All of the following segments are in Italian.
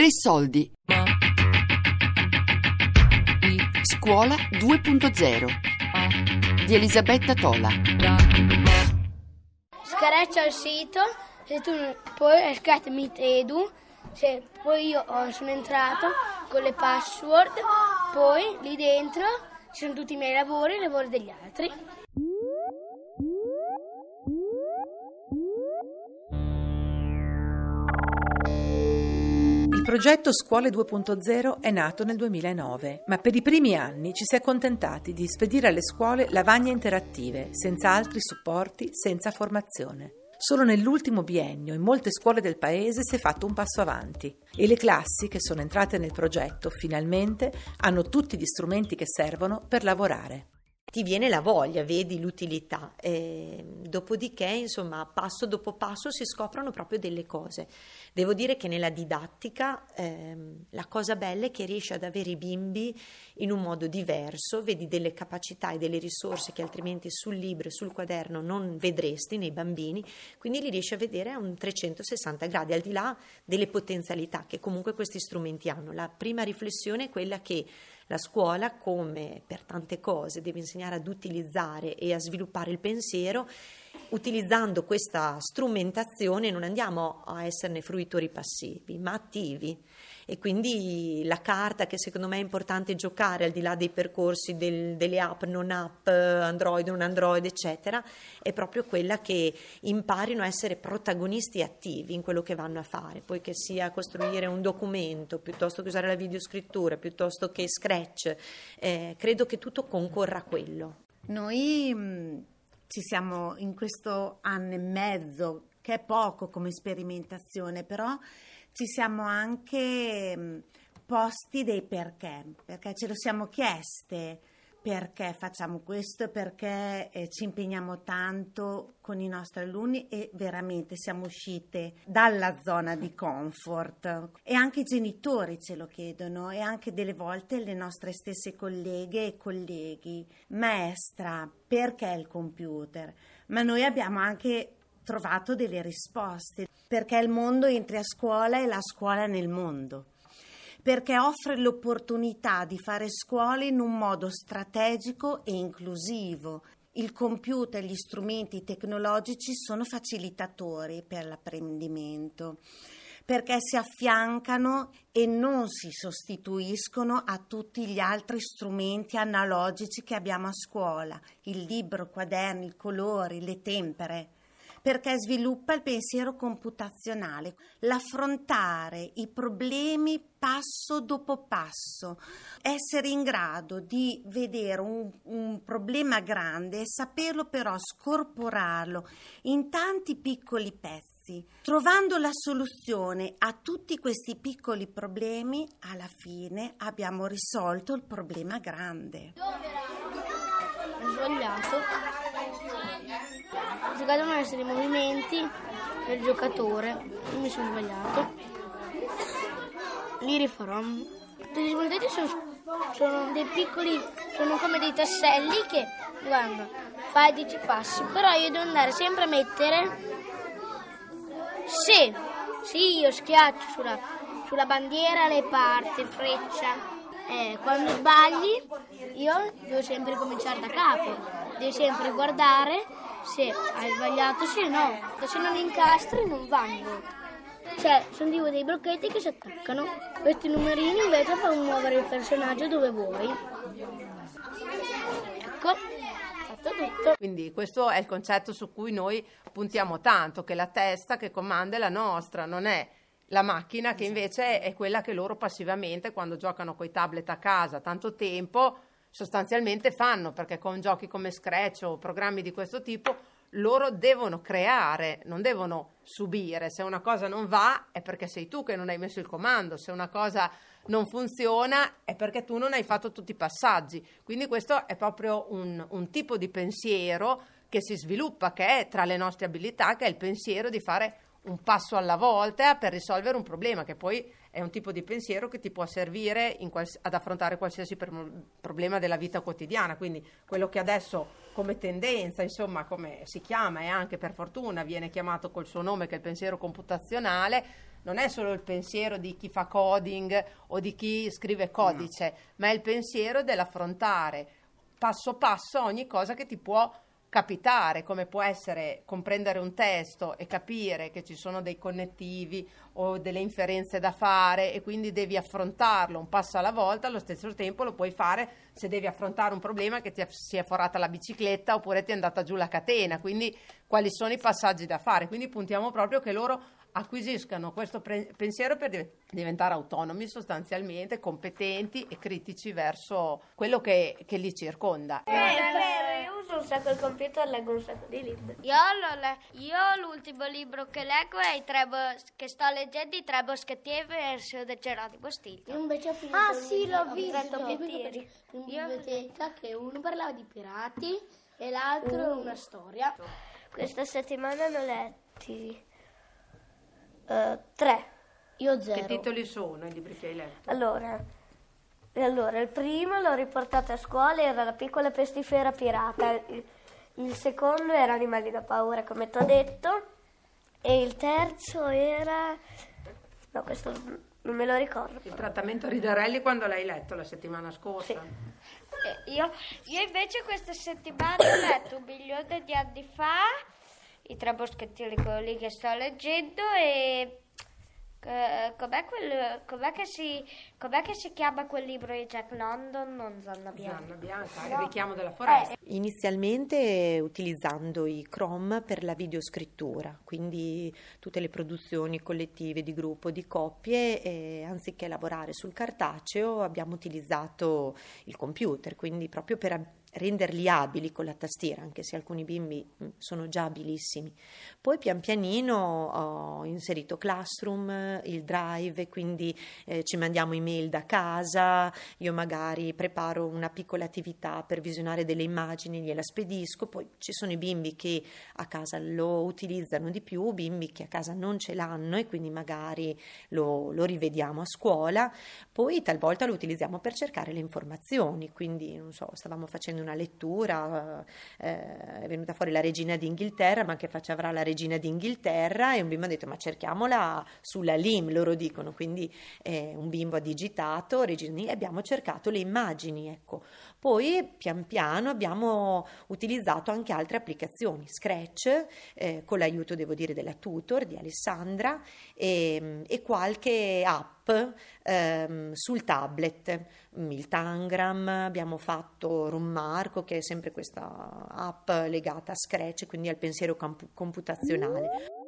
Tre soldi. Scuola 2.0 di Elisabetta Tola. Scariccia il sito, se tu poi scrivi Meet Edu, se poi io sono entrato con le password, poi lì dentro ci sono tutti i miei lavori e i lavori degli altri. Il progetto Scuole 2.0 è nato nel 2009, ma per i primi anni ci si è accontentati di spedire alle scuole lavagne interattive, senza altri supporti, senza formazione. Solo nell'ultimo biennio in molte scuole del paese si è fatto un passo avanti e le classi che sono entrate nel progetto finalmente hanno tutti gli strumenti che servono per lavorare. Ti viene la voglia, vedi l'utilità, dopodiché insomma passo dopo passo si scoprono proprio delle cose. Devo dire che nella didattica la cosa bella è che riesci ad avere i bimbi in un modo diverso, vedi delle capacità e delle risorse che altrimenti sul libro e sul quaderno non vedresti nei bambini, quindi li riesci a vedere a un 360 gradi, al di là delle potenzialità che comunque questi strumenti hanno. La prima riflessione è quella che la scuola, come per tante cose, deve insegnare ad utilizzare e a sviluppare il pensiero. Utilizzando questa strumentazione non andiamo a esserne fruitori passivi, ma attivi. E quindi la carta, che secondo me è importante giocare al di là dei percorsi delle app, non app, Android, non Android, eccetera, è proprio quella che imparino a essere protagonisti attivi in quello che vanno a fare, poi che sia costruire un documento, piuttosto che usare la videoscrittura, piuttosto che Scratch, credo che tutto concorra a quello. Noi ci siamo in questo anno e mezzo, che è poco come sperimentazione, però ci siamo anche posti dei perché ce lo siamo chieste, perché facciamo questo, perché ci impegniamo tanto con i nostri alunni e veramente siamo uscite dalla zona di comfort. E anche i genitori ce lo chiedono e anche delle volte le nostre stesse colleghe e colleghi. Maestra, perché il computer? Ma noi abbiamo anche trovato delle risposte, perché il mondo entri a scuola e la scuola nel mondo, perché offre l'opportunità di fare scuola in un modo strategico e inclusivo. Il computer e gli strumenti tecnologici sono facilitatori per l'apprendimento, perché si affiancano e non si sostituiscono a tutti gli altri strumenti analogici che abbiamo a scuola, il libro, i quaderni, i colori, le tempere, perché sviluppa il pensiero computazionale, l'affrontare i problemi passo dopo passo, essere in grado di vedere un problema grande e saperlo però scorporarlo in tanti piccoli pezzi. Trovando la soluzione a tutti questi piccoli problemi, alla fine abbiamo risolto il problema grande. Ho sbagliato. Devono essere i movimenti del giocatore. Io mi sono sbagliato. Li rifarò. Tutti gli svoltati sono dei piccoli, sono come dei tasselli che, guarda, fai 10 passi, però io devo andare sempre a mettere, se io schiaccio sulla bandiera le parti, freccia, quando sbagli io devo sempre cominciare da capo, devi sempre guardare se hai sbagliato, sì o no, perché se non incastri non vanno. Cioè, sono tipo dei blocchetti che si attaccano. Questi numerini invece fanno muovere il personaggio dove vuoi. Ecco, fatto tutto. Quindi questo è il concetto su cui noi puntiamo tanto, che la testa che comanda è la nostra, non è la macchina che invece è quella che loro passivamente, quando giocano coi tablet a casa tanto tempo, sostanzialmente fanno, perché con giochi come Scratch o programmi di questo tipo loro devono creare, non devono subire. Se una cosa non va è perché sei tu che non hai messo il comando, se una cosa non funziona è perché tu non hai fatto tutti i passaggi. Quindi questo è proprio un tipo di pensiero che si sviluppa, che è tra le nostre abilità, che è il pensiero di fare un passo alla volta per risolvere un problema, che poi è un tipo di pensiero che ti può servire ad affrontare qualsiasi problema della vita quotidiana. Quindi quello che adesso come tendenza, insomma, come si chiama, e anche per fortuna viene chiamato col suo nome, che è il pensiero computazionale, non è solo il pensiero di chi fa coding o di chi scrive codice, ma è il pensiero dell'affrontare passo passo ogni cosa che ti può capitare, come può essere comprendere un testo e capire che ci sono dei connettivi o delle inferenze da fare e quindi devi affrontarlo un passo alla volta. Allo stesso tempo lo puoi fare se devi affrontare un problema che si è forata la bicicletta oppure ti è andata giù la catena, quindi quali sono i passaggi da fare. Quindi puntiamo proprio che loro acquisiscano questo pensiero per diventare autonomi, sostanzialmente competenti e critici verso quello che li circonda. Io uso un sacco il computer, leggo un sacco di libri. Io l'ultimo libro che leggo è che sto leggendo I 3 moschettieri di Geronimo Stilton. Io invece ho finito l'ho in biblioteca, che uno parlava di pirati e l'altro una storia. Questa settimana ne ho letti 3. Io 0. Che titoli sono i libri che hai letto? Allora, il primo l'ho riportato a scuola, era La piccola pestifera pirata. Il secondo era Animali da paura, come ti ho detto. E il terzo era... No, questo non me lo ricordo. Il trattamento Ridarelli quando l'hai letto la settimana scorsa? Sì. Io invece questa settimana ho letto 1 milione di anni fa I 3 moschettieri, quello lì che sto leggendo, e com'è che si chiama quel libro di Jack London? Non Zanna Bianca. Zanna Bianca, Il richiamo della foresta. Inizialmente utilizzando i Chrome per la videoscrittura, quindi tutte le produzioni collettive, di gruppo, di coppie, e anziché lavorare sul cartaceo abbiamo utilizzato il computer, quindi proprio per renderli abili con la tastiera, anche se alcuni bimbi sono già abilissimi. Poi pian pianino ho inserito Classroom, il Drive, quindi ci mandiamo email da casa, io magari preparo una piccola attività per visionare delle immagini, gliela spedisco. Poi ci sono i bimbi che a casa lo utilizzano di più, bimbi che a casa non ce l'hanno e quindi magari lo rivediamo a scuola. Poi talvolta lo utilizziamo per cercare le informazioni, quindi non so, stavamo facendo una lettura, è venuta fuori la regina d'Inghilterra, ma che faccia avrà la regina d'Inghilterra, e un bimbo ha detto ma cerchiamola sulla LIM, loro dicono, quindi un bimbo ha digitato regina, e abbiamo cercato le immagini, ecco. Poi pian piano abbiamo utilizzato anche altre applicazioni, Scratch, con l'aiuto devo dire della tutor di Alessandra, e qualche app sul tablet, il Tangram, abbiamo fatto Rommarco, che è sempre questa app legata a Scratch, quindi al pensiero computazionale.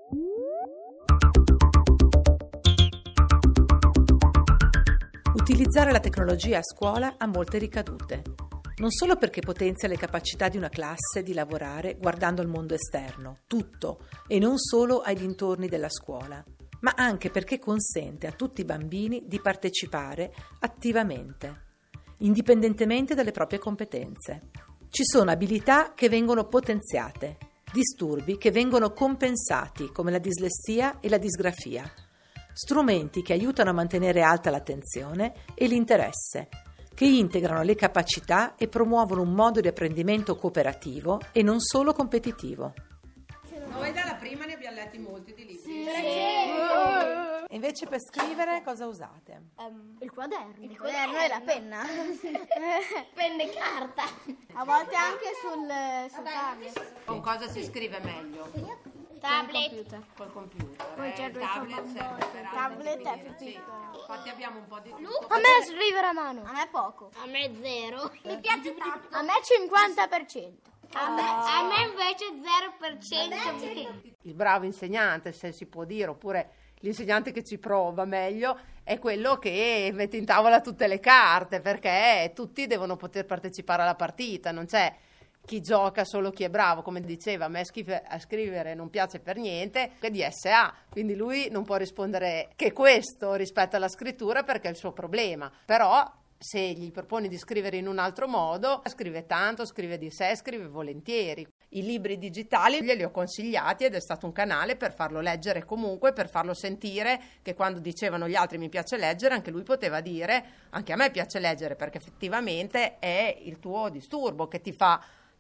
Utilizzare la tecnologia a scuola ha molte ricadute, non solo perché potenzia le capacità di una classe di lavorare guardando il mondo esterno, tutto, e non solo ai dintorni della scuola, ma anche perché consente a tutti i bambini di partecipare attivamente, indipendentemente dalle proprie competenze. Ci sono abilità che vengono potenziate, disturbi che vengono compensati, come la dislessia e la disgrafia, strumenti che aiutano a mantenere alta l'attenzione e l'interesse, che integrano le capacità e promuovono un modo di apprendimento cooperativo e non solo competitivo. Noi dalla prima ne abbiamo letti molti di libri. Sì. E invece per scrivere cosa usate? Il quaderno e la penna. Penna e carta. A volte anche sul tablet. Con cosa si scrive meglio? Tablet. Col computer. Poi c'è Il tablet serve per il tablet è più sì. piccolo. Infatti abbiamo un po' di tutto. A me scrivere a mano. A me poco. A me 0. Mi piace tanto. A me 50%. A me invece 0%. Il bravo insegnante, se si può dire, oppure l'insegnante che ci prova meglio, è quello che mette in tavola tutte le carte, perché tutti devono poter partecipare alla partita, non c'è chi gioca solo chi è bravo. Come diceva, a me a scrivere non piace per niente, che di SA, quindi lui non può rispondere che questo rispetto alla scrittura perché è il suo problema, però se gli proponi di scrivere in un altro modo, scrive tanto, scrive di sé, scrive volentieri. I libri digitali glieli ho consigliati ed è stato un canale per farlo leggere comunque, per farlo sentire che quando dicevano gli altri mi piace leggere, anche lui poteva dire anche a me piace leggere, perché effettivamente è il tuo disturbo che ti fa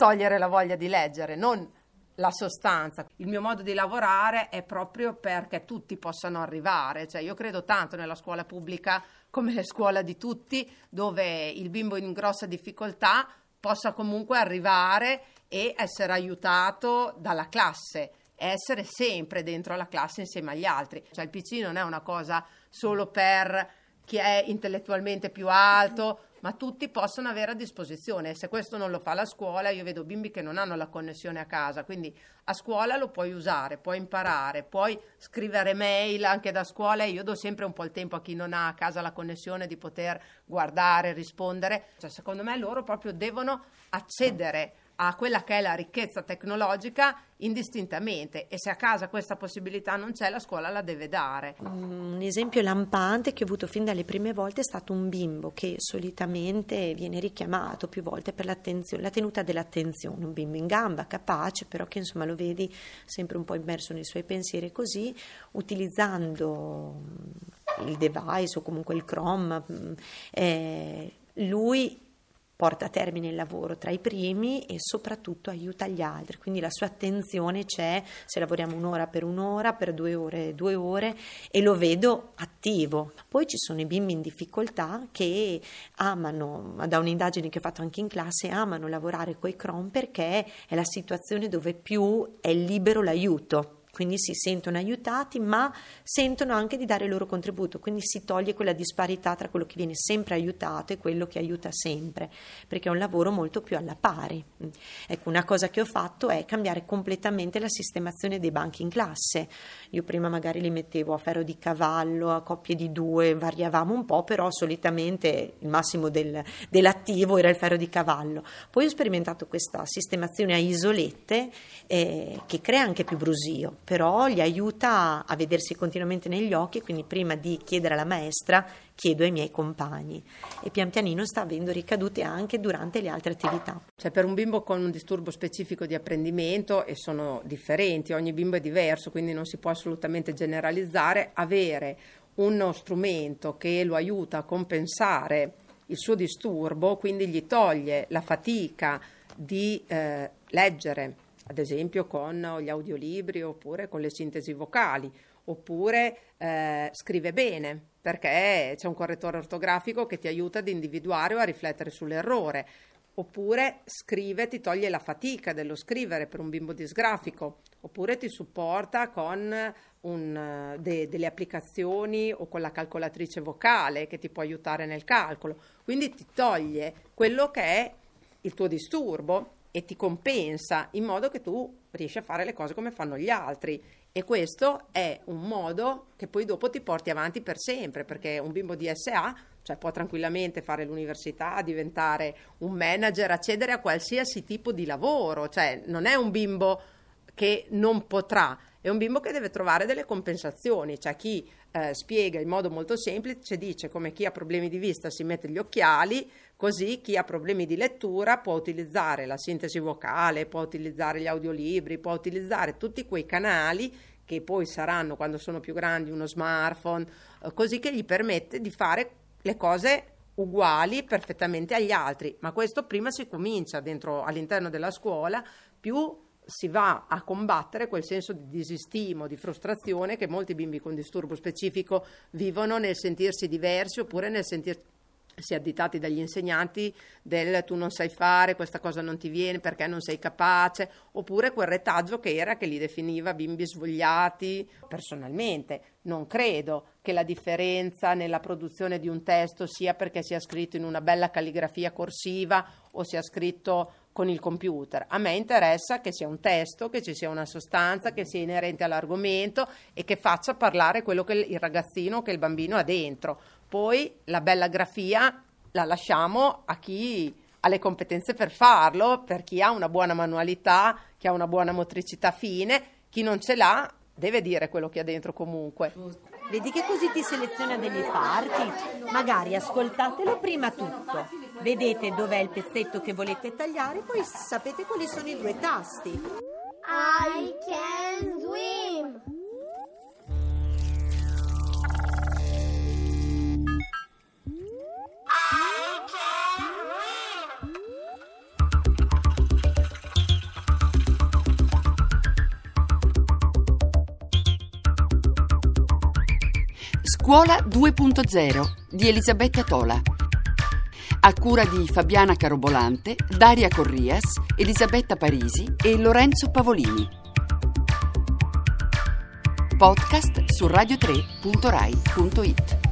togliere la voglia di leggere, non la sostanza. Il mio modo di lavorare è proprio perché tutti possano arrivare, cioè io credo tanto nella scuola pubblica come la scuola di tutti, dove il bimbo in grossa difficoltà possa comunque arrivare e essere aiutato dalla classe, essere sempre dentro la classe insieme agli altri. Cioè il PC non è una cosa solo per chi è intellettualmente più alto, ma tutti possono avere a disposizione. Se questo non lo fa la scuola, io vedo bimbi che non hanno la connessione a casa, quindi a scuola lo puoi usare, puoi imparare, puoi scrivere mail anche da scuola. Io do sempre un po' il tempo a chi non ha a casa la connessione di poter guardare, rispondere. Cioè, secondo me loro proprio devono accedere a quella che è la ricchezza tecnologica indistintamente, e se a casa questa possibilità non c'è, la scuola la deve dare. Un esempio lampante che ho avuto fin dalle prime volte è stato un bimbo che solitamente viene richiamato più volte per l'attenzione, la tenuta dell'attenzione, un bimbo in gamba, capace, però che insomma lo vedi sempre un po' immerso nei suoi pensieri, così utilizzando il device o comunque il Chrome, lui porta a termine il lavoro tra i primi e soprattutto aiuta gli altri, quindi la sua attenzione c'è, se lavoriamo un'ora, per 2 ore, e lo vedo attivo. Poi ci sono i bimbi in difficoltà che amano, da un'indagine che ho fatto anche in classe, amano lavorare coi Chrome perché è la situazione dove più è libero l'aiuto. Quindi si sentono aiutati, ma sentono anche di dare il loro contributo, quindi si toglie quella disparità tra quello che viene sempre aiutato e quello che aiuta sempre, perché è un lavoro molto più alla pari. Ecco, una cosa che ho fatto è cambiare completamente la sistemazione dei banchi in classe. Io prima magari li mettevo a ferro di cavallo, a coppie di 2, variavamo un po', però solitamente il massimo dell'attivo era il ferro di cavallo. Poi ho sperimentato questa sistemazione a isolette che crea anche più brusio, però gli aiuta a vedersi continuamente negli occhi, e quindi prima di chiedere alla maestra chiedo ai miei compagni, e pian pianino sta avendo ricadute anche durante le altre attività. Cioè per un bimbo con un disturbo specifico di apprendimento, e sono differenti, ogni bimbo è diverso, quindi non si può assolutamente generalizzare, avere uno strumento che lo aiuta a compensare il suo disturbo, quindi gli toglie la fatica di leggere, ad esempio con gli audiolibri oppure con le sintesi vocali, oppure scrive bene perché c'è un correttore ortografico che ti aiuta ad individuare o a riflettere sull'errore, oppure scrive, ti toglie la fatica dello scrivere per un bimbo disgrafico, oppure ti supporta con delle applicazioni o con la calcolatrice vocale che ti può aiutare nel calcolo, quindi ti toglie quello che è il tuo disturbo e ti compensa in modo che tu riesci a fare le cose come fanno gli altri, e questo è un modo che poi dopo ti porti avanti per sempre, perché un bimbo DSA, cioè, può tranquillamente fare l'università, diventare un manager, accedere a qualsiasi tipo di lavoro, cioè non è un bimbo che non potrà, è un bimbo che deve trovare delle compensazioni. C'è chi spiega in modo molto semplice, dice come chi ha problemi di vista si mette gli occhiali, così chi ha problemi di lettura può utilizzare la sintesi vocale, può utilizzare gli audiolibri, può utilizzare tutti quei canali che poi saranno, quando sono più grandi, uno smartphone, così che gli permette di fare le cose uguali perfettamente agli altri. Ma questo prima si comincia all'interno della scuola, più si va a combattere quel senso di disistimo, di frustrazione che molti bimbi con disturbo specifico vivono nel sentirsi diversi, oppure nel sentirsi additati dagli insegnanti del tu non sai fare, questa cosa non ti viene perché non sei capace, oppure quel retaggio che li definiva bimbi svogliati. Personalmente non credo che la differenza nella produzione di un testo sia perché sia scritto in una bella calligrafia corsiva o sia scritto con il computer. A me interessa che sia un testo, che ci sia una sostanza, che sia inerente all'argomento e che faccia parlare quello che il ragazzino, che il bambino ha dentro. Poi la bella grafia la lasciamo a chi ha le competenze per farlo, per chi ha una buona manualità, chi ha una buona motricità fine, chi non ce l'ha deve dire quello che ha dentro comunque. Vedi che così ti seleziona delle parti? Magari ascoltatelo prima tutto, vedete dov'è il pezzetto che volete tagliare, poi sapete quali sono i 2 tasti. I can swim. Scuola 2.0 di Elisabetta Tola. A cura di Fabiana Carobolante, Daria Corrias, Elisabetta Parisi e Lorenzo Pavolini. Podcast su radio3.rai.it.